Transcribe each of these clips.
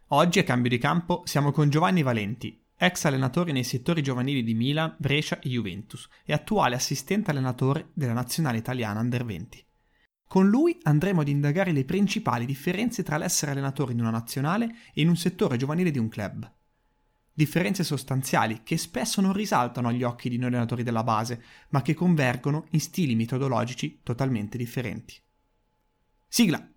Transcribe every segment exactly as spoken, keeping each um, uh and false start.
Oggi a Cambio di Campo siamo con Giovanni Valenti, ex allenatore nei settori giovanili di Milan, Brescia e Juventus e attuale assistente allenatore della nazionale italiana Under venti. Con lui andremo ad indagare le principali differenze tra l'essere allenatore in una nazionale e in un settore giovanile di un club. Differenze sostanziali che spesso non risaltano agli occhi di noi allenatori della base, ma che convergono in stili metodologici totalmente differenti. Sigla!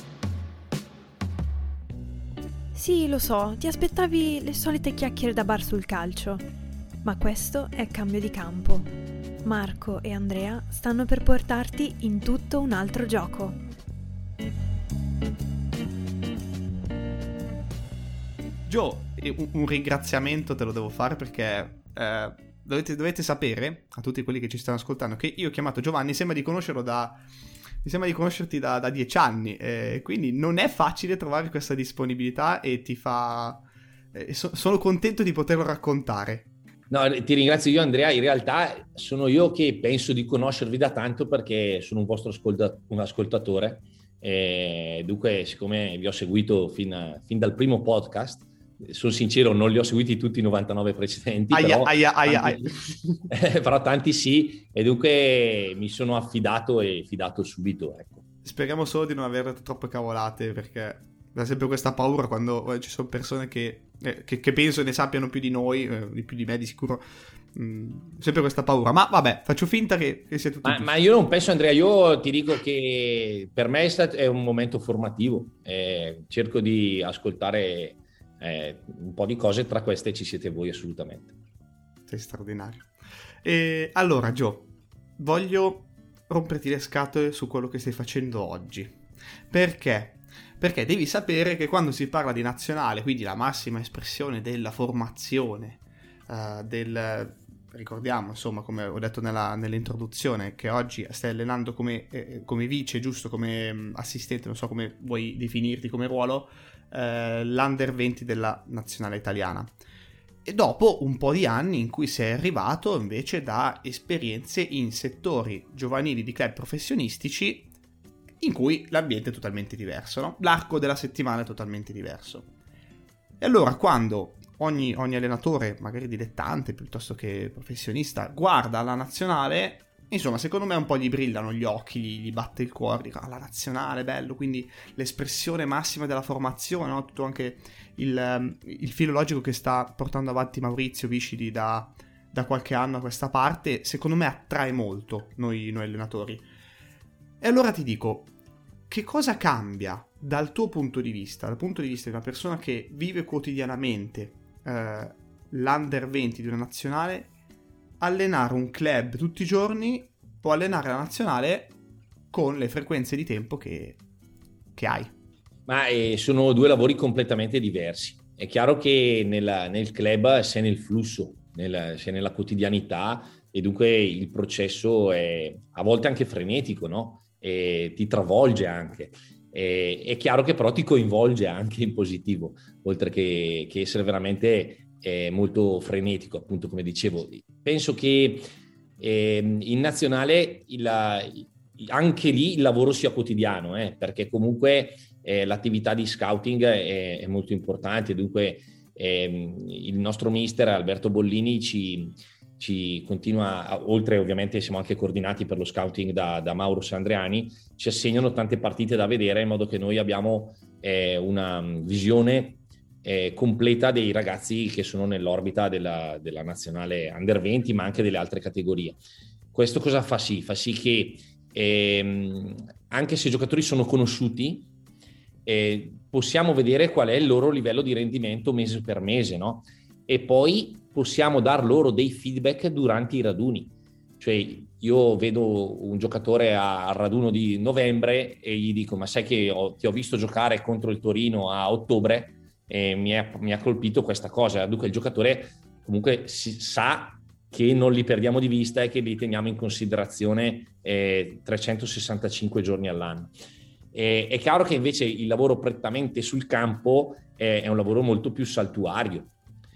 Sì, lo so, ti aspettavi le solite chiacchiere da bar sul calcio, ma questo è Cambio di Campo. Marco e Andrea stanno per portarti in tutto un altro gioco. Gio, un, un ringraziamento te lo devo fare perché eh, dovete, dovete sapere, a tutti quelli che ci stanno ascoltando, che io ho chiamato Giovanni, sembra di conoscerlo da... Mi sembra di conoscerti da, da dieci anni, eh, quindi non è facile trovare questa disponibilità e ti fa... Eh, so, sono contento di poterlo raccontare. No, ti ringrazio io Andrea, in realtà sono io che penso di conoscervi da tanto perché sono un vostro ascolta- un ascoltatore, e dunque siccome vi ho seguito fin, fin dal primo podcast, sono sincero non li ho seguiti tutti i novantanove precedenti, aia, però, aia, aia, tanti, aia. però tanti sì, e dunque mi sono affidato e fidato subito. Ecco. Speriamo solo di non avere troppe cavolate, perché ho sempre questa paura quando ci sono persone che, eh, che, che penso ne sappiano più di noi, eh, di più di me di sicuro, mm, sempre questa paura, ma vabbè, faccio finta che, che sia tutto ma, ma io non penso, Andrea, io ti dico che per me è, stato, è un momento formativo, eh, cerco di ascoltare Eh, un po' di cose, tra queste ci siete voi assolutamente. Sei straordinario. E allora Gio, voglio romperti le scatole su quello che stai facendo oggi. Perché? Perché devi sapere che quando si parla di nazionale, quindi la massima espressione della formazione, uh, del... ricordiamo, insomma, come ho detto nella, nell'introduzione, che oggi stai allenando come, eh, come vice, giusto, come um, assistente, non so come vuoi definirti come ruolo, eh, l'Under venti della nazionale italiana. E dopo un po' di anni in cui sei arrivato invece da esperienze in settori giovanili di club professionistici in cui l'ambiente è totalmente diverso, no? L'arco della settimana è totalmente diverso. E allora quando Ogni, ogni allenatore, magari dilettante piuttosto che professionista, guarda la nazionale, insomma, secondo me un po' gli brillano gli occhi, gli, gli batte il cuore, dico, ah, la nazionale, bello, quindi l'espressione massima della formazione, no? Tutto anche il, il filo logico che sta portando avanti Maurizio Viscidi da, da qualche anno a questa parte, secondo me attrae molto noi, noi allenatori. E allora ti dico, che cosa cambia dal tuo punto di vista, dal punto di vista di una persona che vive quotidianamente Uh, l'Under venti di una nazionale, allenare un club tutti i giorni o allenare la nazionale con le frequenze di tempo che, che hai? Ma eh, sono due lavori completamente diversi. È chiaro che nella, nel club sei nel flusso, nel, sei nella quotidianità e dunque il processo è a volte anche frenetico, no? E ti travolge anche. E, è chiaro che però ti coinvolge anche in positivo, oltre che, che essere veramente eh, molto frenetico, appunto come dicevo. Penso che eh, in nazionale il, anche lì il lavoro sia quotidiano, eh, perché comunque eh, l'attività di scouting è, è molto importante, dunque eh, il nostro mister Alberto Bollini ci... ci continua, oltre ovviamente siamo anche coordinati per lo scouting da, da Mauro Sandriani, ci assegnano tante partite da vedere in modo che noi abbiamo eh, una visione eh, completa dei ragazzi che sono nell'orbita della, della nazionale Under venti ma anche delle altre categorie. Questo cosa fa sì? Fa sì che ehm, anche se i giocatori sono conosciuti eh, possiamo vedere qual è il loro livello di rendimento mese per mese, no? E poi possiamo dar loro dei feedback durante i raduni. Cioè io vedo un giocatore al raduno di novembre e gli dico ma sai che ho, ti ho visto giocare contro il Torino a ottobre e mi, è, mi ha colpito questa cosa. Dunque il giocatore comunque si, sa che non li perdiamo di vista e che li teniamo in considerazione eh, trecentosessantacinque giorni all'anno. E, è chiaro che invece il lavoro prettamente sul campo è, è un lavoro molto più saltuario.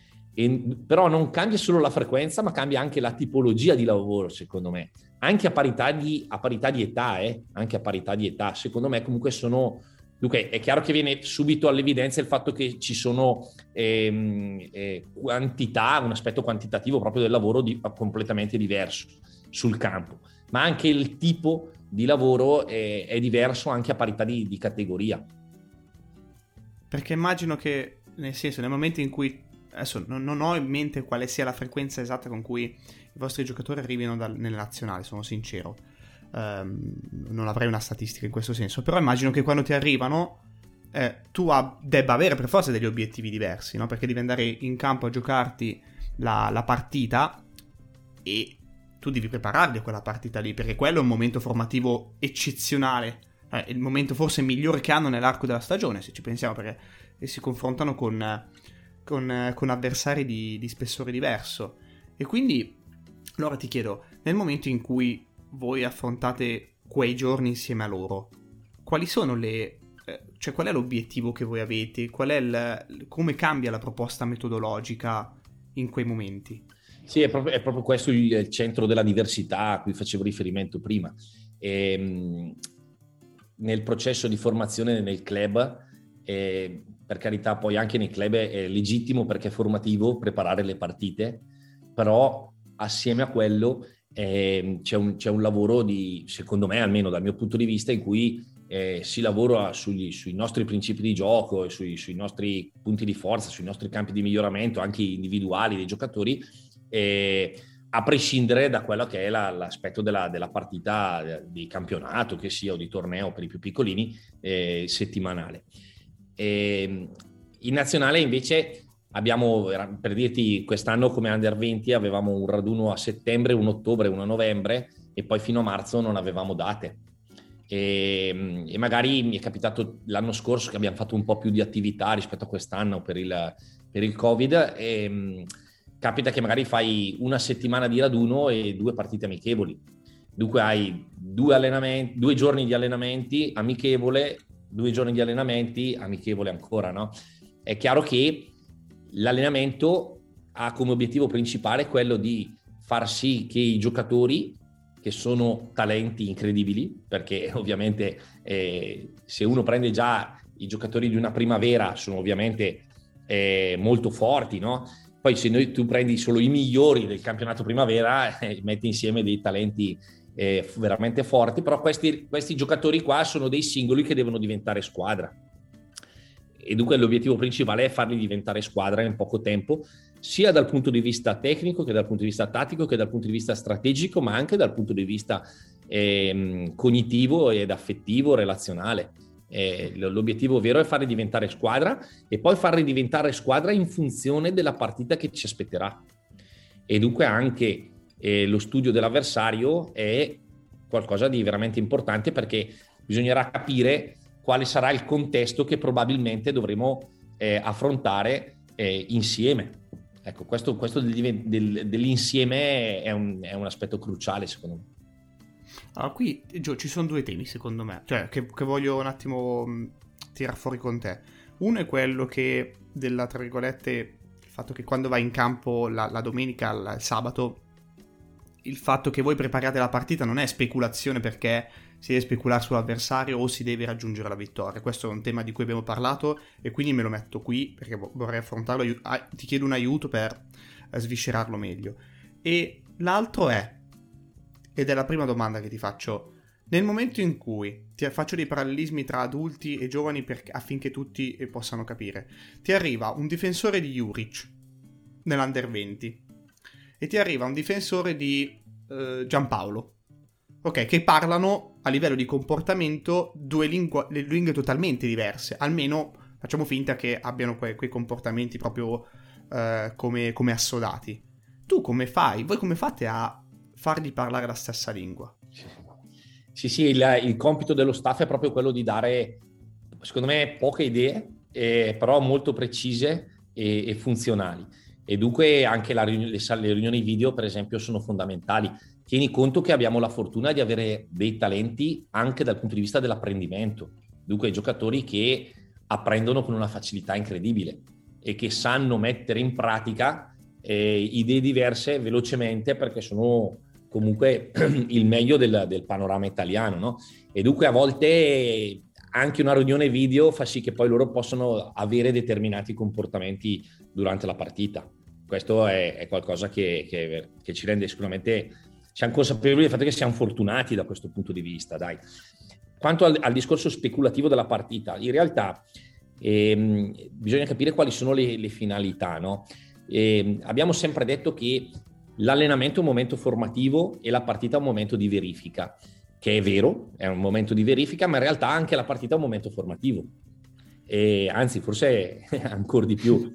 E, però non cambia solo la frequenza, ma cambia anche la tipologia di lavoro, secondo me. Anche a parità di, a parità di età, eh? anche a parità di età. Secondo me comunque sono Dunque è chiaro che viene subito all'evidenza il fatto che ci sono ehm, eh, quantità, un aspetto quantitativo proprio del lavoro di, completamente diverso sul campo, ma anche il tipo di lavoro è, è diverso anche a parità di, di categoria. Perché immagino che, nel senso, nel momento in cui, adesso non, non ho in mente quale sia la frequenza esatta con cui i vostri giocatori arrivino dal, nelle nazionali, sono sincero. Um, non avrei una statistica in questo senso, però immagino che quando ti arrivano eh, tu ab- debba avere per forza degli obiettivi diversi, no? Perché devi andare in campo a giocarti la, la partita e tu devi prepararli a quella partita lì, perché quello è un momento formativo eccezionale, eh, il momento forse migliore che hanno nell'arco della stagione, se ci pensiamo, perché si confrontano con, con, con avversari di, di spessore diverso. E quindi allora ti chiedo, nel momento in cui voi affrontate quei giorni insieme a loro, quali sono le eh, cioè qual è l'obiettivo che voi avete, qual è il, come cambia la proposta metodologica in quei momenti? Sì, è proprio, è proprio questo il, il centro della diversità a cui facevo riferimento prima. E, nel processo di formazione nel club, e per carità poi anche nei club è legittimo perché è formativo preparare le partite, però assieme a quello Eh, c'è, un, c'è un lavoro di, secondo me, almeno dal mio punto di vista, in cui eh, si lavora sugli, sui nostri principi di gioco e sui, sui nostri punti di forza, sui nostri campi di miglioramento, anche individuali dei giocatori, eh, a prescindere da quello che è la, l'aspetto della, della partita di campionato, che sia, o di torneo per i più piccolini, eh, settimanale. E, in nazionale invece abbiamo, per dirti, quest'anno come under venti avevamo un raduno a settembre, un ottobre, uno a novembre, e poi fino a marzo non avevamo date. E, e magari mi è capitato l'anno scorso che abbiamo fatto un po' più di attività rispetto a quest'anno per il, per il Covid, e mh, capita che magari fai una settimana di raduno e due partite amichevoli. Dunque hai due allenamenti, due giorni di allenamenti amichevole, due giorni di allenamenti amichevole ancora, no? È chiaro che l'allenamento ha come obiettivo principale quello di far sì che i giocatori, che sono talenti incredibili, perché ovviamente eh, se uno prende già i giocatori di una primavera sono ovviamente eh, molto forti, no? Poi se noi, tu prendi solo i migliori del campionato primavera, eh, metti insieme dei talenti eh, veramente forti, però questi, questi giocatori qua sono dei singoli che devono diventare squadra. E dunque l'obiettivo principale è farli diventare squadra in poco tempo, sia dal punto di vista tecnico che dal punto di vista tattico che dal punto di vista strategico, ma anche dal punto di vista eh, cognitivo ed affettivo, relazionale. Eh, l'obiettivo vero è farli diventare squadra e poi farli diventare squadra in funzione della partita che ci aspetterà. E dunque anche eh, lo studio dell'avversario è qualcosa di veramente importante, perché bisognerà capire quale sarà il contesto che probabilmente dovremo eh, affrontare eh, insieme. Ecco, questo, questo del, del, dell'insieme è un, è un aspetto cruciale, secondo me. Allora, qui, Gio, ci sono due temi, secondo me, cioè che, che voglio un attimo mh, tirar fuori con te. Uno è quello che, della, tra virgolette, il fatto che quando vai in campo la, la domenica, la, il sabato, il fatto che voi prepariate la partita non è speculazione perché si deve speculare sull'avversario o si deve raggiungere la vittoria. Questo è un tema di cui abbiamo parlato e quindi me lo metto qui perché vorrei affrontarlo. Ti chiedo un aiuto per sviscerarlo meglio. E l'altro è, ed è la prima domanda che ti faccio, nel momento in cui ti faccio dei parallelismi tra adulti e giovani per, affinché tutti possano capire, ti arriva un difensore di Juric nell'Under venti e ti arriva un difensore di eh, Giampaolo, ok, che parlano a livello di comportamento due lingue, le lingue totalmente diverse, almeno facciamo finta che abbiano que- quei comportamenti proprio eh, come, come assodati. Tu come fai? Voi come fate a fargli parlare la stessa lingua? Sì, sì, il, il compito dello staff è proprio quello di dare, secondo me, poche idee, eh, però molto precise e, e funzionali. E dunque anche la, le, le riunioni video, per esempio, sono fondamentali. Tieni conto che abbiamo la fortuna di avere dei talenti anche dal punto di vista dell'apprendimento. Dunque giocatori che apprendono con una facilità incredibile e che sanno mettere in pratica eh, idee diverse velocemente, perché sono comunque il meglio del, del panorama italiano, no? E dunque a volte anche una riunione video fa sì che poi loro possano avere determinati comportamenti durante la partita. Questo è, è qualcosa che, che, che ci rende sicuramente, siamo consapevoli del fatto che siamo fortunati da questo punto di vista, dai. Quanto al, al discorso speculativo della partita, in realtà ehm, bisogna capire quali sono le, le finalità, no? Ehm, abbiamo sempre detto che l'allenamento è un momento formativo e la partita è un momento di verifica, che è vero, è un momento di verifica, ma in realtà anche la partita è un momento formativo, e anzi forse ancora di più.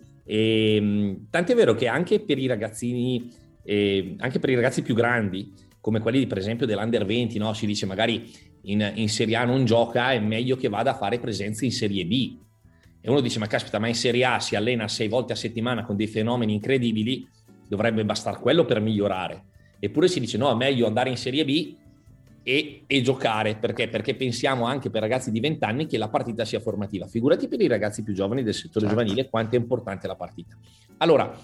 E, tant'è vero che anche per i ragazzini, eh, anche per i ragazzi più grandi, come quelli per esempio dell'Under venti, no? Si dice magari in, in Serie A non gioca, è meglio che vada a fare presenze in Serie B. E uno dice, ma caspita, ma in Serie A si allena sei volte a settimana con dei fenomeni incredibili, dovrebbe bastare quello per migliorare. Eppure si dice, no, è meglio andare in Serie B e, e giocare. Perché? Perché pensiamo anche per ragazzi di venti anni che la partita sia formativa. Figurati per i ragazzi più giovani del settore certo. giovanile quanto è importante la partita. Allora,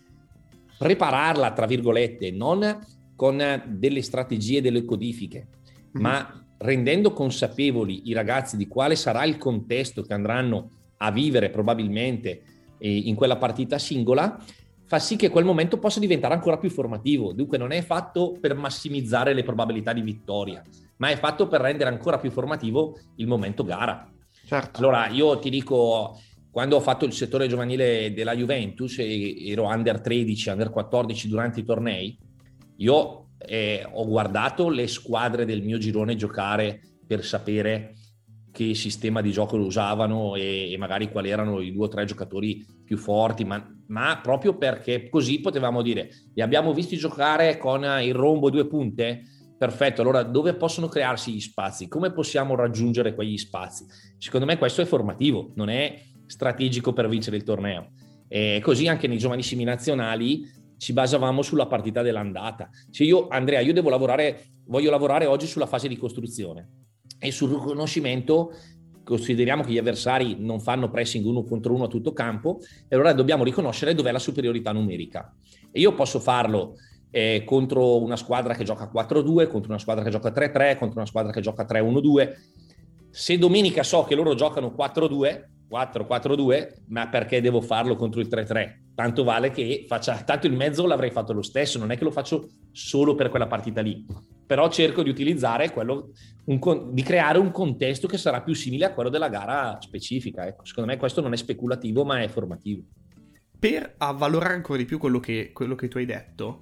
prepararla, tra virgolette, non con delle strategie, delle codifiche, mm-hmm. ma rendendo consapevoli i ragazzi di quale sarà il contesto che andranno a vivere probabilmente in quella partita singola, fa sì che quel momento possa diventare ancora più formativo. Dunque non è fatto per massimizzare le probabilità di vittoria, ma è fatto per rendere ancora più formativo il momento gara. Certo. Allora io ti dico, quando ho fatto il settore giovanile della Juventus, ero under tredici, under quattordici durante i tornei, io eh, ho guardato le squadre del mio girone giocare per sapere che sistema di gioco lo usavano e, e magari quali erano i due o tre giocatori più forti, ma, ma proprio perché così potevamo dire, li abbiamo visti giocare con il rombo due punte? Perfetto, allora dove possono crearsi gli spazi? Come possiamo raggiungere quegli spazi? Secondo me questo è formativo, non è strategico per vincere il torneo. E così anche nei giovanissimi nazionali ci basavamo sulla partita dell'andata. Cioè io, Andrea, io devo lavorare, voglio lavorare oggi sulla fase di costruzione e sul riconoscimento. Consideriamo che gli avversari non fanno pressing uno contro uno a tutto campo, e allora dobbiamo riconoscere dov'è la superiorità numerica. E io posso farlo eh, contro una squadra che gioca quattro due, contro una squadra che gioca tre tre, contro una squadra che gioca tre uno due. Se domenica so che loro giocano quattro due, quattro quattro due, ma perché devo farlo contro il tre tre? Tanto vale che faccia, tanto il mezzo l'avrei fatto lo stesso, non è che lo faccio solo per quella partita lì, però cerco di utilizzare quello, un, di creare un contesto che sarà più simile a quello della gara specifica. Ecco, secondo me questo non è speculativo, ma è formativo. Per avvalorare ancora di più quello che, quello che tu hai detto,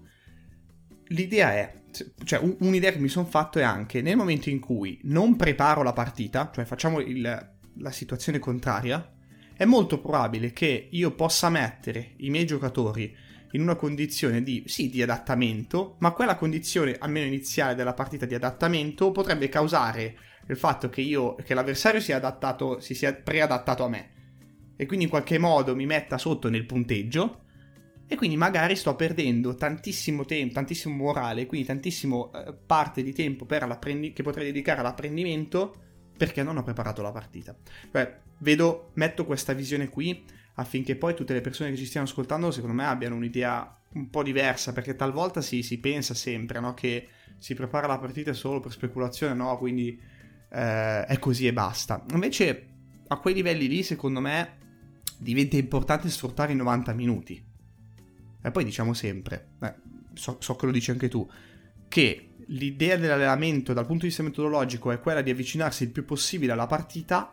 l'idea è, cioè un, un'idea che mi sono fatto è anche nel momento in cui non preparo la partita, cioè facciamo il, la situazione contraria, è molto probabile che io possa mettere i miei giocatori in una condizione di, sì, di adattamento, ma quella condizione, almeno iniziale della partita di adattamento, potrebbe causare il fatto che io, che l'avversario sia adattato, si sia preadattato a me, e quindi in qualche modo mi metta sotto nel punteggio, e quindi magari sto perdendo tantissimo tempo, tantissimo morale, quindi tantissimo eh, parte di tempo per l'apprendi- che potrei dedicare all'apprendimento, perché non ho preparato la partita. Cioè, vedo, metto questa visione qui affinché poi tutte le persone che ci stiano ascoltando, secondo me, abbiano un'idea un po' diversa, perché talvolta si, si pensa sempre, no, che si prepara la partita solo per speculazione, no, quindi eh, è così e basta. Invece a quei livelli lì, secondo me, diventa importante sfruttare i novanta minuti. E poi diciamo sempre, eh, so, so che lo dici anche tu, che l'idea dell'allenamento dal punto di vista metodologico è quella di avvicinarsi il più possibile alla partita.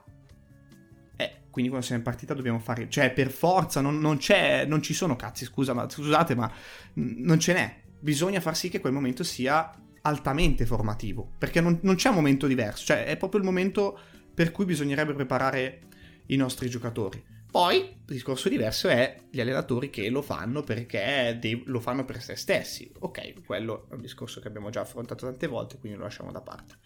Eh, quindi quando siamo in partita dobbiamo fare, cioè per forza non, non c'è, non ci sono cazzi, scusa, ma, scusate, ma non ce n'è. Bisogna far sì che quel momento sia altamente formativo, perché non, non c'è un momento diverso, cioè è proprio il momento per cui bisognerebbe preparare i nostri giocatori. Poi il discorso diverso è gli allenatori che lo fanno perché de- lo fanno per se stessi. Ok, quello è un discorso che abbiamo già affrontato tante volte, quindi lo lasciamo da parte.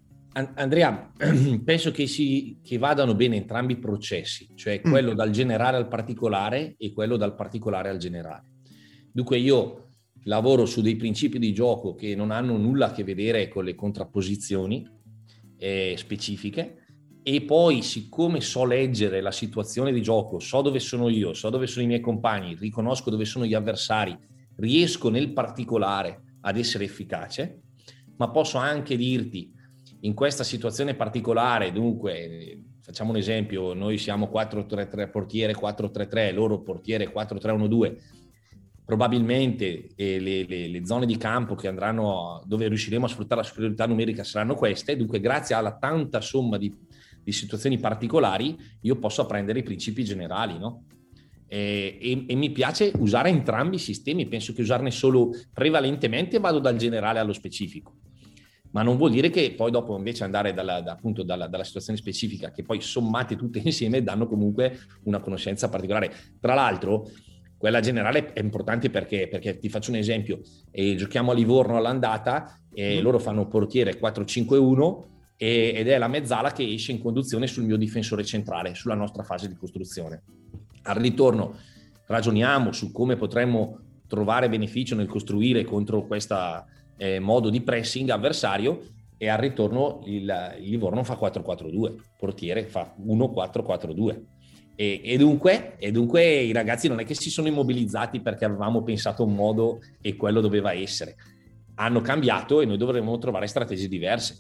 Andrea, penso che, si, che vadano bene entrambi i processi, cioè quello mm. dal generale al particolare e quello dal particolare al generale. Dunque io lavoro su dei principi di gioco che non hanno nulla a che vedere con le contrapposizioni eh, specifiche, e poi siccome so leggere la situazione di gioco, so dove sono io, so dove sono i miei compagni, riconosco dove sono gli avversari, riesco nel particolare ad essere efficace, ma posso anche dirti in questa situazione particolare, dunque facciamo un esempio, noi siamo quattro tre tre portiere quattro tre tre, loro portiere quattro tre uno due, probabilmente eh, le, le, le zone di campo che andranno, dove riusciremo a sfruttare la superiorità numerica saranno queste, dunque grazie alla tanta somma di, di situazioni particolari io posso apprendere i principi generali, no? E, e, e mi piace usare entrambi i sistemi, penso che usarne solo prevalentemente vado dal generale allo specifico, ma non vuol dire che poi dopo invece andare dalla, da, appunto dalla, dalla situazione specifica, che poi sommate tutte insieme danno comunque una conoscenza particolare. Tra l'altro quella generale è importante perché, perché ti faccio un esempio, eh, giochiamo a Livorno all'andata e mm. loro fanno portiere quattro cinque uno e, ed è la mezzala che esce in conduzione sul mio difensore centrale, sulla nostra fase di costruzione. Al ritorno ragioniamo su come potremmo trovare beneficio nel costruire contro questo eh, modo di pressing avversario e al ritorno il, il Livorno fa quattro quattro due, portiere fa uno quattro quattro due. E, e, dunque, e dunque i ragazzi non è che si sono immobilizzati perché avevamo pensato un modo e quello doveva essere. Hanno cambiato e noi dovremmo trovare strategie diverse.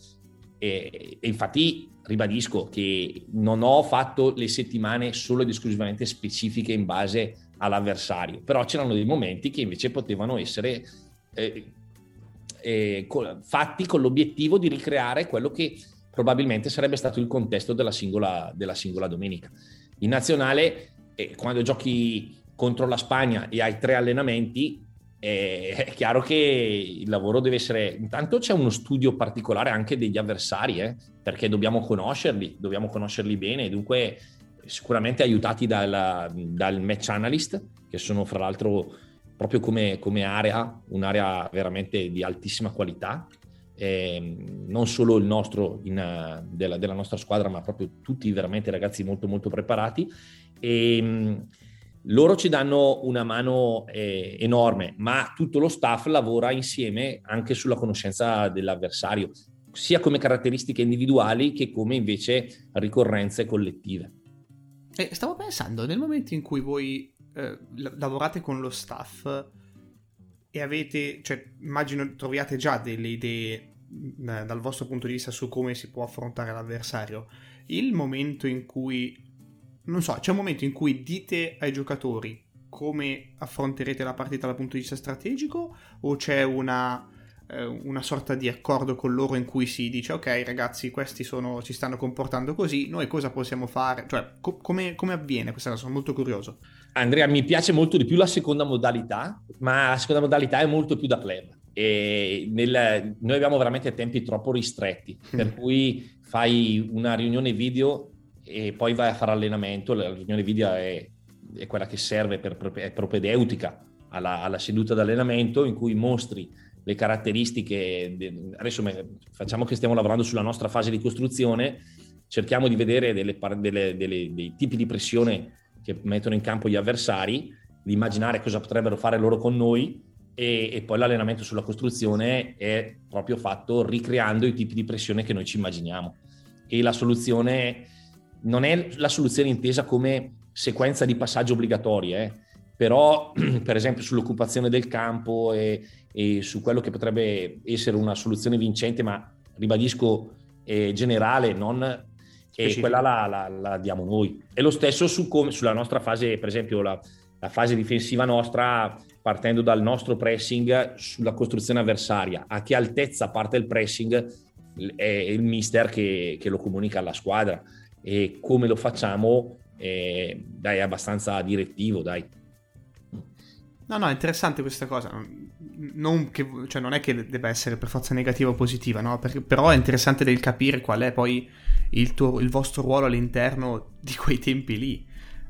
E, e infatti ribadisco che non ho fatto le settimane solo ed esclusivamente specifiche in base all'avversario, però c'erano dei momenti che invece potevano essere eh, eh, fatti con l'obiettivo di ricreare quello che probabilmente sarebbe stato il contesto della singola, della singola domenica. In nazionale, eh, quando giochi contro la Spagna e hai tre allenamenti, eh, è chiaro che il lavoro deve essere... Intanto c'è uno studio particolare anche degli avversari, eh, perché dobbiamo conoscerli, dobbiamo conoscerli bene, dunque sicuramente aiutati dal, dal match analyst, che sono fra l'altro proprio come, come area, un'area veramente di altissima qualità. Eh, non solo il nostro in, uh, della, della nostra squadra, ma proprio tutti veramente ragazzi molto molto preparati e mh, loro ci danno una mano eh, enorme, ma tutto lo staff lavora insieme anche sulla conoscenza dell'avversario, sia come caratteristiche individuali che come invece ricorrenze collettive. E stavo pensando, nel momento in cui voi eh, lavorate con lo staff e avete, cioè immagino troviate già delle idee dal vostro punto di vista su come si può affrontare l'avversario, il momento in cui, non so, c'è un momento in cui dite ai giocatori come affronterete la partita dal punto di vista strategico, o c'è una, eh, una sorta di accordo con loro in cui si dice ok ragazzi, questi sono, si stanno comportando così, noi cosa possiamo fare, cioè co- come, come avviene questa cosa? Sono molto curioso. Andrea, mi piace molto di più la seconda modalità, ma la seconda modalità è molto più da club. E nel, noi abbiamo veramente tempi troppo ristretti, per cui fai una riunione video e poi vai a fare allenamento. La riunione video è, è quella che serve per, è propedeutica alla, alla seduta d'allenamento, in cui mostri le caratteristiche. Adesso facciamo che stiamo lavorando sulla nostra fase di costruzione, cerchiamo di vedere delle, delle, delle, dei tipi di pressione che mettono in campo gli avversari, di immaginare cosa potrebbero fare loro con noi. E, e poi l'allenamento sulla costruzione è proprio fatto ricreando i tipi di pressione che noi ci immaginiamo, e la soluzione non è la soluzione intesa come sequenza di passaggi obbligatori, eh, però per esempio sull'occupazione del campo e, e su quello che potrebbe essere una soluzione vincente, ma ribadisco eh, generale, non e quella la, la, la diamo noi. E lo stesso su come, sulla nostra fase, per esempio la, la fase difensiva nostra, partendo dal nostro pressing sulla costruzione avversaria, a che altezza parte il pressing è il mister che, che lo comunica alla squadra, e come lo facciamo eh, dai, è abbastanza direttivo, dai. No, no, è interessante questa cosa, non, che, cioè non è che debba essere per forza negativa o positiva, no? Perché, però è interessante del capire qual è poi il, tuo, il vostro ruolo all'interno di quei tempi lì.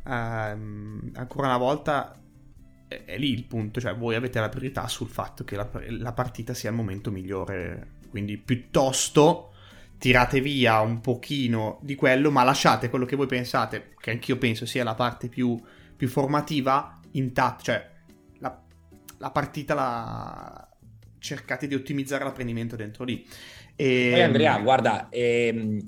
Um, ancora una volta è, è lì il punto, cioè voi avete la priorità sul fatto che la, la partita sia il momento migliore, quindi piuttosto tirate via un pochino di quello, ma lasciate quello che voi pensate, che anch'io penso sia la parte più, più formativa, intatta, cioè la, la partita la cercate di ottimizzare l'apprendimento dentro lì. E... Poi Andrea, guarda, ehm,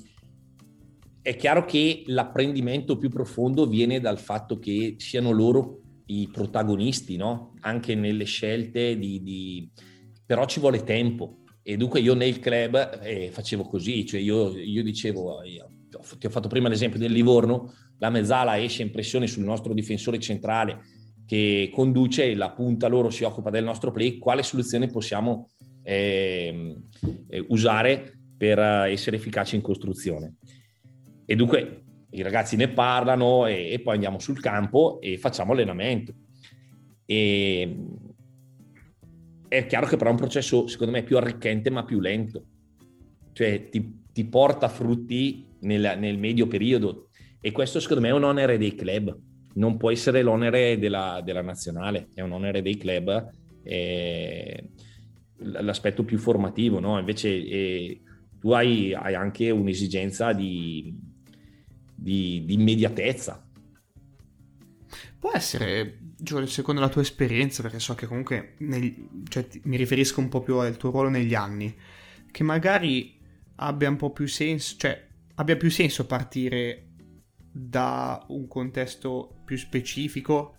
è chiaro che l'apprendimento più profondo viene dal fatto che siano loro i protagonisti, no? Anche nelle scelte di, di... però ci vuole tempo. E dunque io nel club eh, facevo così, cioè io, io dicevo, io ti ho fatto prima l'esempio del Livorno, la mezzala esce in pressione sul nostro difensore centrale che conduce, la punta loro si occupa del nostro play, quale soluzione possiamo eh, eh, usare per essere efficaci in costruzione? E dunque i ragazzi ne parlano e, e poi andiamo sul campo e facciamo allenamento. E è chiaro che però è un processo secondo me più arricchente ma più lento, cioè ti, ti porta frutti nel, nel medio periodo, e questo secondo me è un onere dei club, non può essere l'onere della, della nazionale, è un onere dei club, è l'aspetto più formativo, no? Invece eh, tu hai, hai anche un'esigenza di, di, di immediatezza. Può essere, Giorgio, secondo la tua esperienza, perché so che comunque nel, cioè, mi riferisco un po' più al tuo ruolo negli anni, che magari abbia un po' più senso, cioè abbia più senso partire da un contesto più specifico,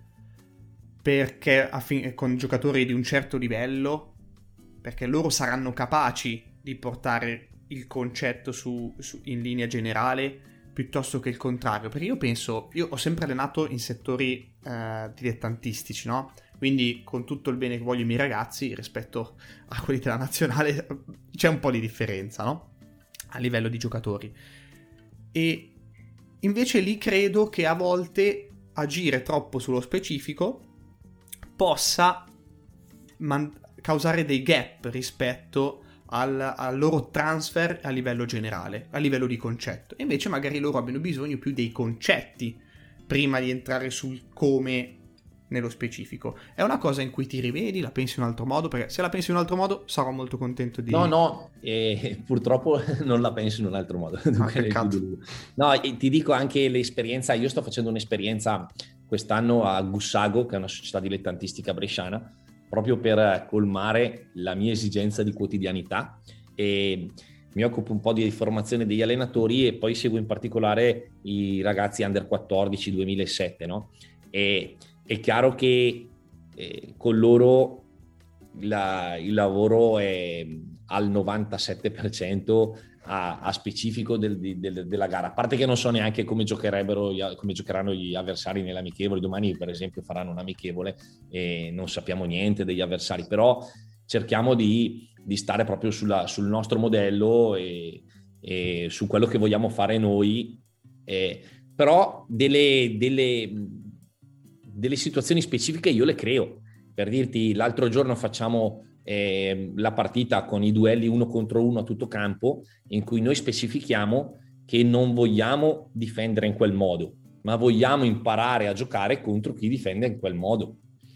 perché affin- con giocatori di un certo livello, perché loro saranno capaci di portare il concetto su, su, in linea generale, piuttosto che il contrario. Perché io penso, io ho sempre allenato in settori eh, dilettantistici, no? Quindi con tutto il bene che voglio ai miei ragazzi rispetto a quelli della nazionale c'è un po' di differenza, no? A livello di giocatori. E invece lì credo che a volte agire troppo sullo specifico possa man- causare dei gap rispetto al, al loro transfer a livello generale, a livello di concetto. E invece magari loro abbiano bisogno più dei concetti prima di entrare sul come nello specifico. È una cosa in cui ti rivedi, la pensi in un altro modo? Perché se la pensi in un altro modo sarò molto contento di... No, no, eh, purtroppo non la penso in un altro modo. Ah, no, ti dico anche l'esperienza, io sto facendo un'esperienza quest'anno a Gussago, che è una società dilettantistica bresciana, proprio per colmare la mia esigenza di quotidianità, e mi occupo un po' di formazione degli allenatori e poi seguo in particolare i ragazzi under quattordici duemilasette, no? E è chiaro che eh, con loro la, il lavoro è al novantasette per cento a, a specifico del, del, della gara, a parte che non so neanche come giocherebbero, come giocheranno gli avversari nell'amichevole. Domani per esempio faranno un amichevole e non sappiamo niente degli avversari, però cerchiamo di, di stare proprio sulla, sul nostro modello e, e su quello che vogliamo fare noi, eh, però delle, delle, delle situazioni specifiche io le creo. Per dirti, l'altro giorno facciamo eh, la partita con i duelli uno contro uno a tutto campo, in cui noi specifichiamo che non vogliamo difendere in quel modo, ma vogliamo imparare a giocare contro chi difende in quel modo.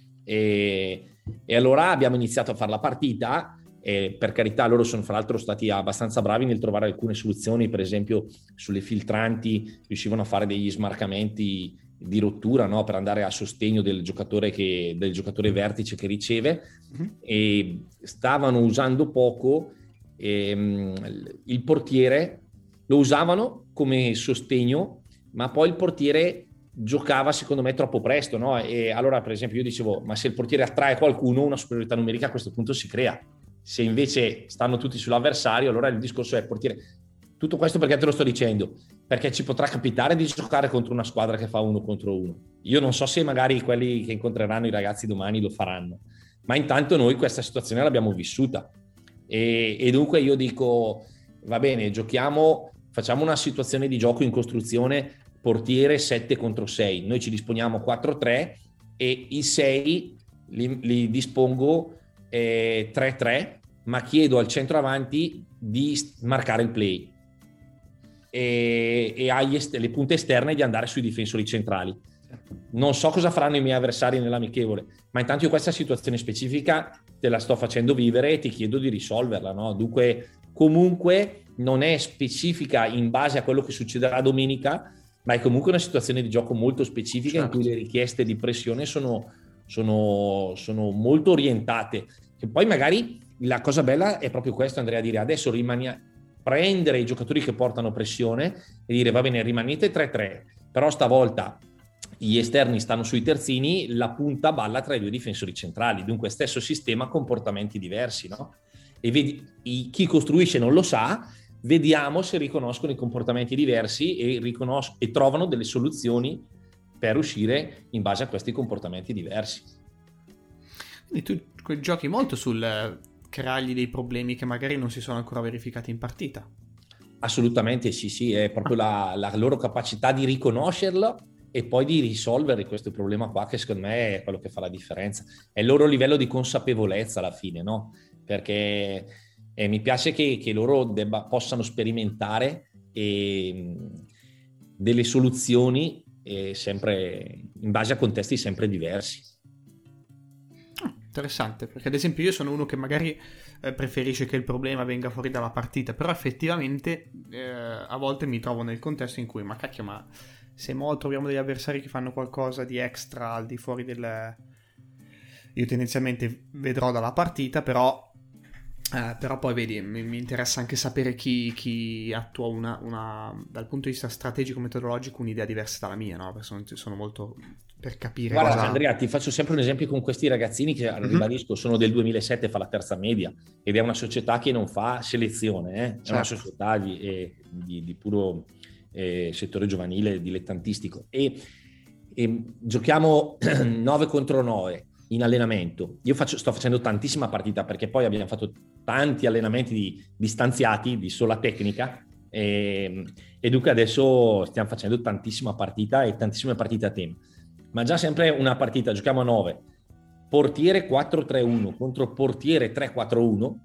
E, e allora abbiamo iniziato a fare la partita. E per carità, loro sono fra l'altro stati abbastanza bravi nel trovare alcune soluzioni, per esempio sulle filtranti riuscivano a fare degli smarcamenti di rottura, no? Per andare a sostegno del giocatore, che, del giocatore vertice che riceve, uh-huh. E stavano usando poco ehm, il portiere, lo usavano come sostegno, ma poi il portiere giocava secondo me troppo presto, no? E allora per esempio io dicevo, ma se il portiere attrae qualcuno, una superiorità numerica a questo punto si crea. Se invece stanno tutti sull'avversario, allora il discorso è portiere. Tutto questo perché te lo sto dicendo? Perché ci potrà capitare di giocare contro una squadra che fa uno contro uno. Io non so se magari quelli che incontreranno i ragazzi domani lo faranno, ma intanto noi questa situazione l'abbiamo vissuta. E, e dunque io dico, va bene, giochiamo, facciamo una situazione di gioco in costruzione, portiere sette contro sei. Noi ci disponiamo quattro tre e i sei li, li dispongo eh, tre tre, ma chiedo al centroavanti di marcare il play e, e agli est- le punte esterne di andare sui difensori centrali. Non so cosa faranno i miei avversari nell'amichevole, ma intanto io questa situazione specifica te la sto facendo vivere e ti chiedo di risolverla, no? Dunque comunque non è specifica in base a quello che succederà domenica, ma è comunque una situazione di gioco molto specifica, certo, in cui le richieste di pressione sono, sono, sono molto orientate. Che poi magari la cosa bella è proprio questo, Andrea, dire adesso rimania, prendere i giocatori che portano pressione e dire va bene, rimanete tre tre, però stavolta gli esterni stanno sui terzini, la punta balla tra i due difensori centrali, dunque stesso sistema, comportamenti diversi, no? E vedi, chi costruisce non lo sa, vediamo se riconoscono i comportamenti diversi e, riconos- e trovano delle soluzioni per uscire in base a questi comportamenti diversi. Quindi tu giochi molto sul creargli dei problemi che magari non si sono ancora verificati in partita. Assolutamente sì, sì, è proprio la, la loro capacità di riconoscerlo e poi di risolvere questo problema qua, che secondo me è quello che fa la differenza. È il loro livello di consapevolezza alla fine, no? Perché eh, mi piace che, che loro debba, possano sperimentare e, delle soluzioni e sempre in base a contesti sempre diversi. Interessante, perché ad esempio io sono uno che magari eh, preferisce che il problema venga fuori dalla partita, però effettivamente eh, a volte mi trovo nel contesto in cui, ma cacchio, ma se mo troviamo degli avversari che fanno qualcosa di extra al di fuori del... Io tendenzialmente vedrò dalla partita, però, eh, però poi vedi, mi, mi interessa anche sapere chi, chi attua una, una, dal punto di vista strategico-metodologico, un'idea diversa dalla mia, no? Perché sono, sono molto... per capire. Guarda, cosa... Andrea, ti faccio sempre un esempio con questi ragazzini che, mm-hmm. ribadisco, sono del duemilasette, fa la terza media ed è una società che non fa selezione, eh? Certo. È una società di, eh, di, di puro eh, settore giovanile, dilettantistico e, e giochiamo nove contro nove in allenamento. Io faccio, sto facendo tantissima partita perché poi abbiamo fatto tanti allenamenti di, distanziati, di sola tecnica e, e dunque adesso stiamo facendo tantissima partita e tantissime partite a tema. Ma già sempre una partita, giochiamo a nove, portiere quattro tre uno contro portiere tre quattro uno,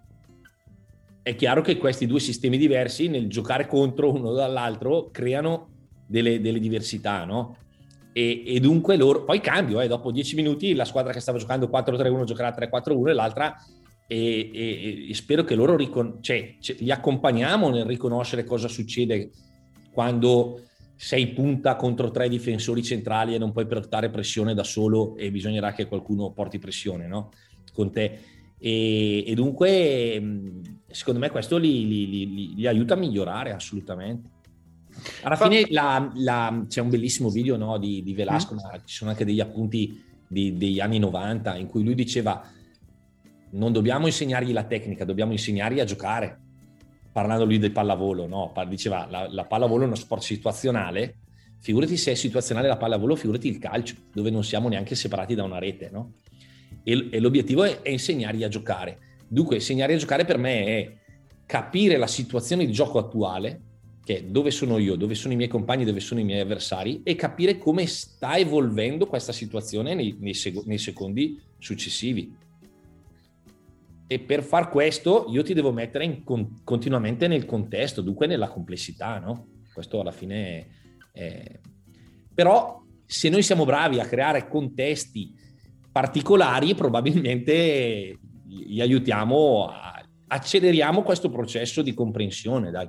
è chiaro che questi due sistemi diversi nel giocare contro uno dall'altro creano delle, delle diversità, no? E, e dunque loro, poi cambio, eh, dopo dieci minuti la squadra che stava giocando quattro tre uno giocherà tre quattro uno e l'altra, e, e, e spero che loro, ricon- cioè, cioè, li accompagniamo nel riconoscere cosa succede quando... sei punta contro tre difensori centrali e non puoi portare pressione da solo e bisognerà che qualcuno porti pressione, no? Con te. E, e dunque, secondo me, questo li, li, li, li aiuta a migliorare assolutamente. Alla Fa... fine la, la, c'è un bellissimo video, no, di, di Velasco, mm. ma ci sono anche degli appunti di, degli anni novanta in cui lui diceva non dobbiamo insegnargli la tecnica, dobbiamo insegnargli a giocare. Parlando lui del pallavolo, no? Diceva la, la pallavolo è uno sport situazionale, figurati se è situazionale la pallavolo, figurati il calcio, dove non siamo neanche separati da una rete, no? E, e l'obiettivo è, è insegnargli a giocare. Dunque, insegnare a giocare per me è capire la situazione di gioco attuale, che è dove sono io, dove sono i miei compagni, dove sono i miei avversari, e capire come sta evolvendo questa situazione nei, nei, sec- nei secondi successivi. E per far questo io ti devo mettere in con, continuamente nel contesto, dunque nella complessità, no? Questo alla fine è, è... Però se noi siamo bravi a creare contesti particolari, probabilmente gli aiutiamo, a, acceleriamo questo processo di comprensione, dai.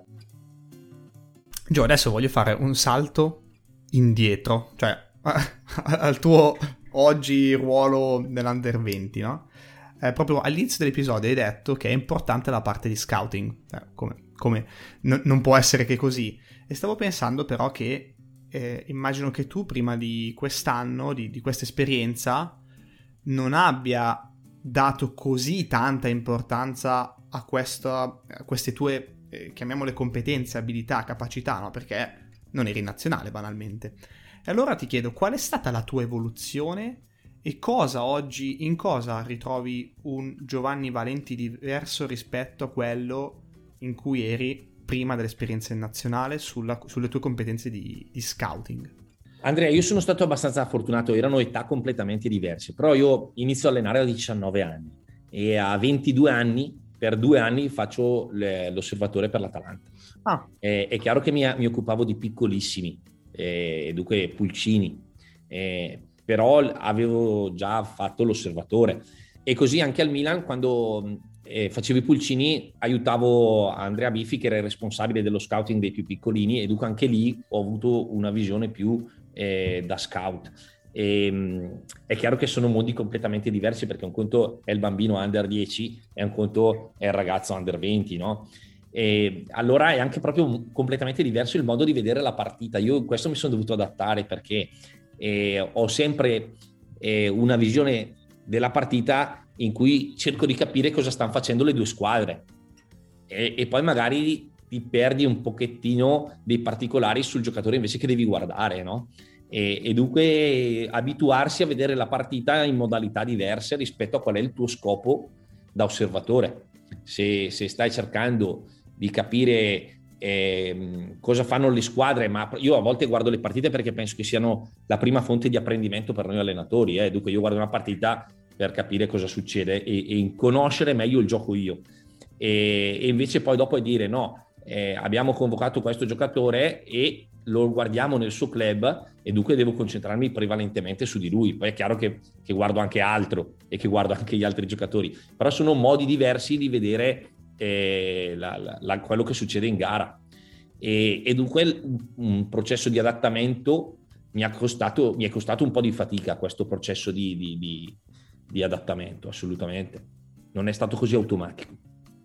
Gio, adesso voglio fare un salto indietro, cioè al tuo oggi ruolo nell'Under venti, no? Eh, proprio all'inizio dell'episodio hai detto che è importante la parte di scouting, eh, come, come n- non può essere che così, e stavo pensando però che eh, immagino che tu prima di quest'anno, di, di questa esperienza, non abbia dato così tanta importanza a, questa, a queste tue, eh, chiamiamole competenze, abilità, capacità, no? Perché non eri in nazionale banalmente. E allora ti chiedo, qual è stata la tua evoluzione e cosa oggi, in cosa ritrovi un Giovanni Valenti diverso rispetto a quello in cui eri prima dell'esperienza in nazionale sulla, sulle tue competenze di, di scouting? Andrea, io sono stato abbastanza fortunato, erano età completamente diverse, però io inizio a allenare a diciannove anni e a ventidue anni, per due anni faccio le, l'osservatore per l'Atalanta. Ah. È, è chiaro che mi, mi occupavo di piccolissimi, eh, dunque pulcini, eh, però avevo già fatto l'osservatore e così anche al Milan quando eh, facevo i pulcini aiutavo Andrea Biffi che era il responsabile dello scouting dei più piccolini e dunque anche lì ho avuto una visione più eh, da scout. E, mh, è chiaro che sono mondi completamente diversi perché un conto è il bambino under dieci e un conto è il ragazzo under venti, no? E allora è anche proprio completamente diverso il modo di vedere la partita. Io questo mi sono dovuto adattare perché Eh, ho sempre eh, una visione della partita in cui cerco di capire cosa stanno facendo le due squadre e, e poi magari ti perdi un pochettino dei particolari sul giocatore invece che devi guardare, no? E, e dunque abituarsi a vedere la partita in modalità diverse rispetto a qual è il tuo scopo da osservatore. Se, se stai cercando di capire eh, cosa fanno le squadre, ma io a volte guardo le partite perché penso che siano la prima fonte di apprendimento per noi allenatori, eh. Dunque io guardo una partita per capire cosa succede e, e conoscere meglio il gioco io, e, e invece poi dopo dire no, eh, abbiamo convocato questo giocatore e lo guardiamo nel suo club e dunque devo concentrarmi prevalentemente su di lui. Poi è chiaro che, che guardo anche altro e che guardo anche gli altri giocatori, però sono modi diversi di vedere eh, la, la, la, quello che succede in gara, e, e dunque un processo di adattamento mi, ha costato, mi è costato un po' di fatica, questo processo di, di, di, di adattamento, assolutamente non è stato così automatico.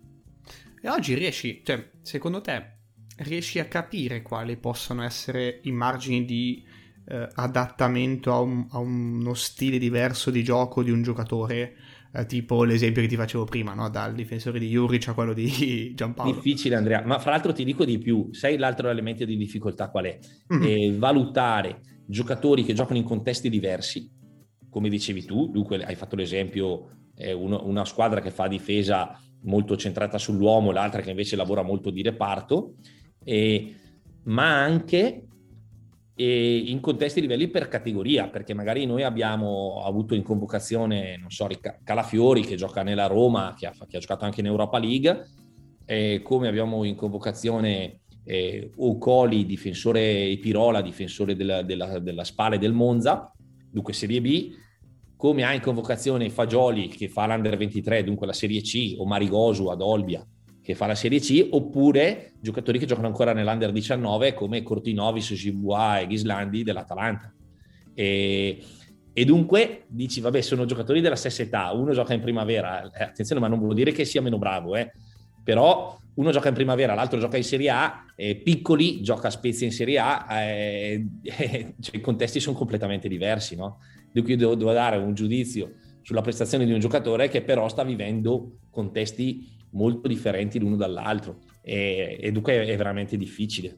E oggi riesci, cioè secondo te riesci a capire quali possono essere i margini di eh, adattamento a, un, a uno stile diverso di gioco di un giocatore, eh, tipo l'esempio che ti facevo prima, no? Dal difensore di Juric a quello di Giampaolo? Difficile, Andrea, ma fra l'altro ti dico di più, sai l'altro elemento di difficoltà qual è? Mm-hmm. Eh, valutare giocatori che giocano in contesti diversi, come dicevi tu, dunque hai fatto l'esempio, eh, uno, una squadra che fa difesa molto centrata sull'uomo, l'altra che invece lavora molto di reparto, eh, ma anche eh, in contesti livelli per categoria, perché magari noi abbiamo avuto in convocazione, non so, Calafiori che gioca nella Roma, che ha, che ha giocato anche in Europa League, eh, come abbiamo in convocazione eh, Ocoli, difensore, Pirola, difensore della, della, della Spal e del Monza, dunque Serie B, come ha in convocazione Fagioli che fa l'Under ventitré, dunque la Serie C, o Marigosu ad Olbia che fa la Serie C, oppure giocatori che giocano ancora nell'Under diciannove come Cortinovis, Gibois e Ghislandi dell'Atalanta. E, e dunque dici, vabbè, sono giocatori della stessa età, uno gioca in primavera, eh, attenzione, ma non vuol dire che sia meno bravo, eh. Però uno gioca in primavera, l'altro gioca in Serie A, eh, Piccoli gioca a Spezia in Serie A, eh, eh, cioè, i contesti sono completamente diversi, no? Dunque io devo, devo dare un giudizio sulla prestazione di un giocatore che però sta vivendo contesti molto differenti l'uno dall'altro, e, e dunque è veramente difficile.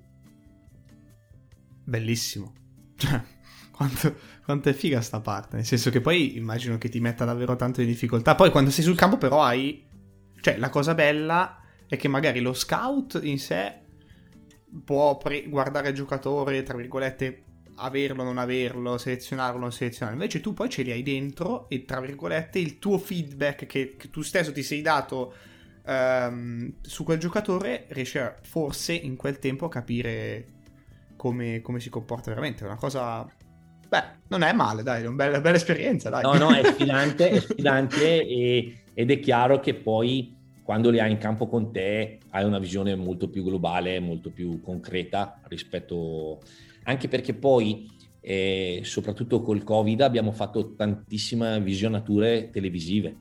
Bellissimo. quanto, quanto è figa sta parte, nel senso che poi immagino che ti metta davvero tante difficoltà. Poi quando sei sul campo però hai, cioè la cosa bella è che magari lo scout in sé può pre- guardare il giocatore, tra virgolette, averlo, non averlo, selezionarlo, non selezionarlo. Invece tu poi ce li hai dentro e, tra virgolette, il tuo feedback che, che tu stesso ti sei dato um, su quel giocatore, riesci a, forse in quel tempo a capire come, come si comporta veramente. È una cosa... Beh, non è male, dai, è una bella, bella esperienza, dai. No, no, è sfidante, è sfidante e, ed è chiaro che poi quando li hai in campo con te hai una visione molto più globale, molto più concreta rispetto... Anche perché poi, eh, soprattutto col Covid, abbiamo fatto tantissime visionature televisive.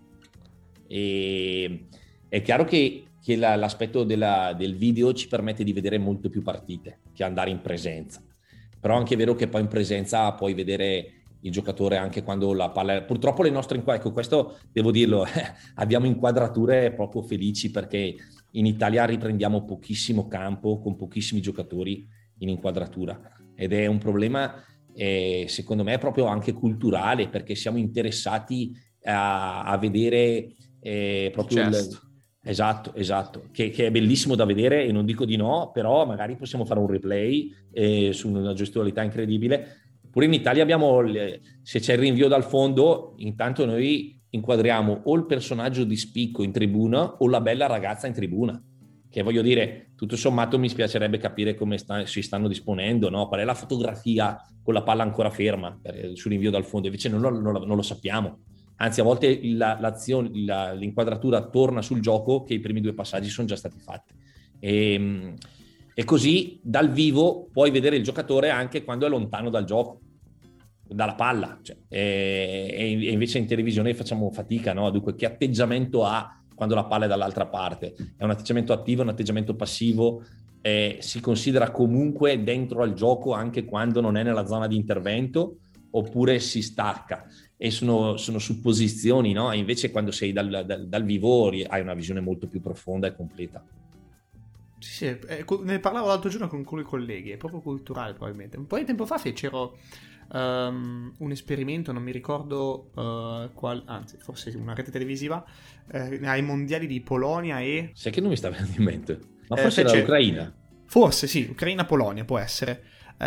E è chiaro che, che la, l'aspetto della, del video ci permette di vedere molto più partite che andare in presenza. Però anche è vero che poi in presenza puoi vedere il giocatore anche quando la palla... Purtroppo le nostre inquadrature, ecco, questo devo dirlo, abbiamo inquadrature proprio felici perché in Italia riprendiamo pochissimo campo con pochissimi giocatori in inquadratura. Ed è un problema, eh, secondo me, proprio anche culturale, perché siamo interessati a, a vedere eh, proprio il... Esatto, esatto, che, che è bellissimo da vedere e non dico di no, però magari possiamo fare un replay eh, su una gestualità incredibile. Pure in Italia abbiamo, le, se c'è il rinvio dal fondo, intanto noi inquadriamo o il personaggio di spicco in tribuna o la bella ragazza in tribuna. Che voglio dire, tutto sommato mi spiacerebbe capire come sta, si stanno disponendo, no? Qual è la fotografia con la palla ancora ferma per, sul rinvio dal fondo, invece non lo, non lo, non lo sappiamo. Anzi, a volte la, l'azione, la, l'inquadratura torna sul gioco che i primi due passaggi sono già stati fatti. E, e così dal vivo puoi vedere il giocatore anche quando è lontano dal gioco, dalla palla. Cioè, e, e invece in televisione facciamo fatica, no? Dunque, che atteggiamento ha quando la palla è dall'altra parte? È un atteggiamento attivo, un atteggiamento passivo, eh, si considera comunque dentro al gioco anche quando non è nella zona di intervento, oppure si stacca? E sono, sono supposizioni, no? E invece quando sei dal, dal, dal vivo hai una visione molto più profonda e completa. Sì, sì, eh, ne parlavo l'altro giorno con alcuni colleghi, è proprio culturale probabilmente. Un po' di tempo fa fecero um, un esperimento, non mi ricordo uh, qual, anzi forse una rete televisiva, eh, ai mondiali di Polonia e... Sai che non mi sta venendo in mente? Ma eh, forse fece... era l'Ucraina? Forse sì, Ucraina-Polonia può essere. Eh,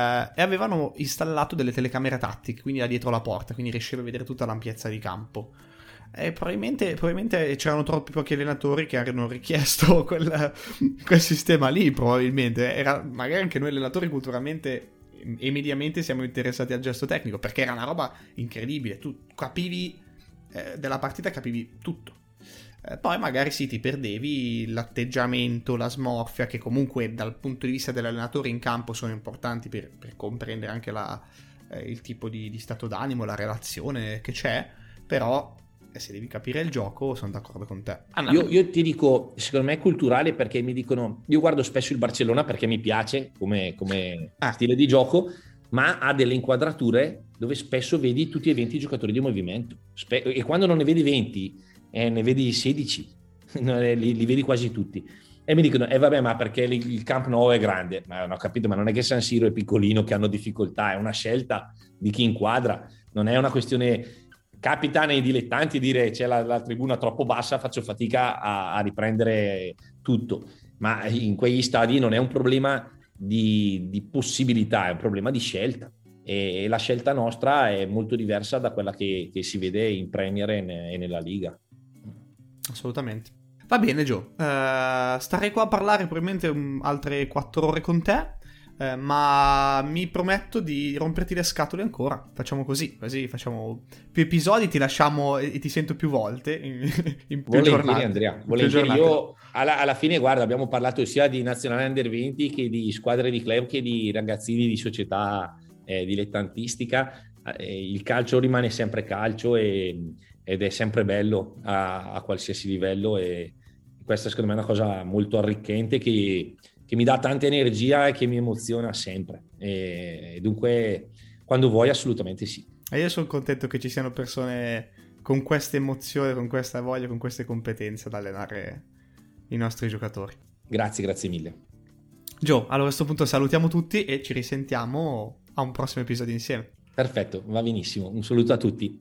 e avevano installato delle telecamere tattiche, quindi da dietro la porta, quindi riusciva a vedere tutta l'ampiezza di campo. E probabilmente, probabilmente c'erano troppi pochi allenatori che avevano richiesto quel, quel sistema lì, probabilmente. Era, magari anche noi allenatori culturalmente e mediamente siamo interessati al gesto tecnico, perché era una roba incredibile, tu capivi eh, della partita, capivi tutto. Eh, poi magari sì, ti perdevi l'atteggiamento, la smorfia, che comunque dal punto di vista dell'allenatore in campo sono importanti per, per comprendere anche la, eh, il tipo di, di stato d'animo, la relazione che c'è, però se devi capire il gioco sono d'accordo con te. Io, io ti dico, secondo me è culturale, perché mi dicono, io guardo spesso il Barcellona perché mi piace come, come ah. stile di gioco, ma ha delle inquadrature dove spesso vedi tutti e venti i giocatori di movimento, Spe- e quando non ne vedi venti eh, ne vedi sedici, li, li vedi quasi tutti, e mi dicono eh vabbè, ma perché il, il Camp Nou è grande? Ma non ho capito, ma non è che San Siro è piccolino che hanno difficoltà, è una scelta di chi inquadra, non è una questione. Capita nei dilettanti dire c'è la, la tribuna troppo bassa, faccio fatica a, a riprendere tutto, ma in quegli stadi non è un problema di, di possibilità, è un problema di scelta, e, e la scelta nostra è molto diversa da quella che, che si vede in Premier e, ne, e nella Liga. Assolutamente. Va bene Gio, uh, starei qua a parlare probabilmente um, altre quattro ore con te. Eh, ma mi prometto di romperti le scatole ancora. Facciamo così, così facciamo più episodi, ti lasciamo e ti sento più volte in, in più volentieri, giornate. Andrea, volentieri. Io alla, alla fine, guarda, abbiamo parlato sia di nazionale under venti che di squadre di club che di ragazzini di società eh, dilettantistica. Eh, il calcio rimane sempre calcio e, ed è sempre bello a, a qualsiasi livello, e questa secondo me è una cosa molto arricchente che che mi dà tanta energia e che mi emoziona sempre, e, e dunque quando vuoi assolutamente sì. E io sono contento che ci siano persone con questa emozione, con questa voglia, con queste competenze ad allenare i nostri giocatori. Grazie, grazie mille. Gio, allora a questo punto salutiamo tutti e ci risentiamo a un prossimo episodio insieme. Perfetto, va benissimo, un saluto a tutti.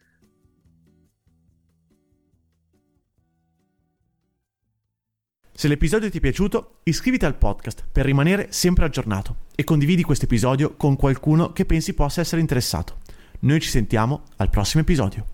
Se l'episodio ti è piaciuto, iscriviti al podcast per rimanere sempre aggiornato e condividi questo episodio con qualcuno che pensi possa essere interessato. Noi ci sentiamo al prossimo episodio.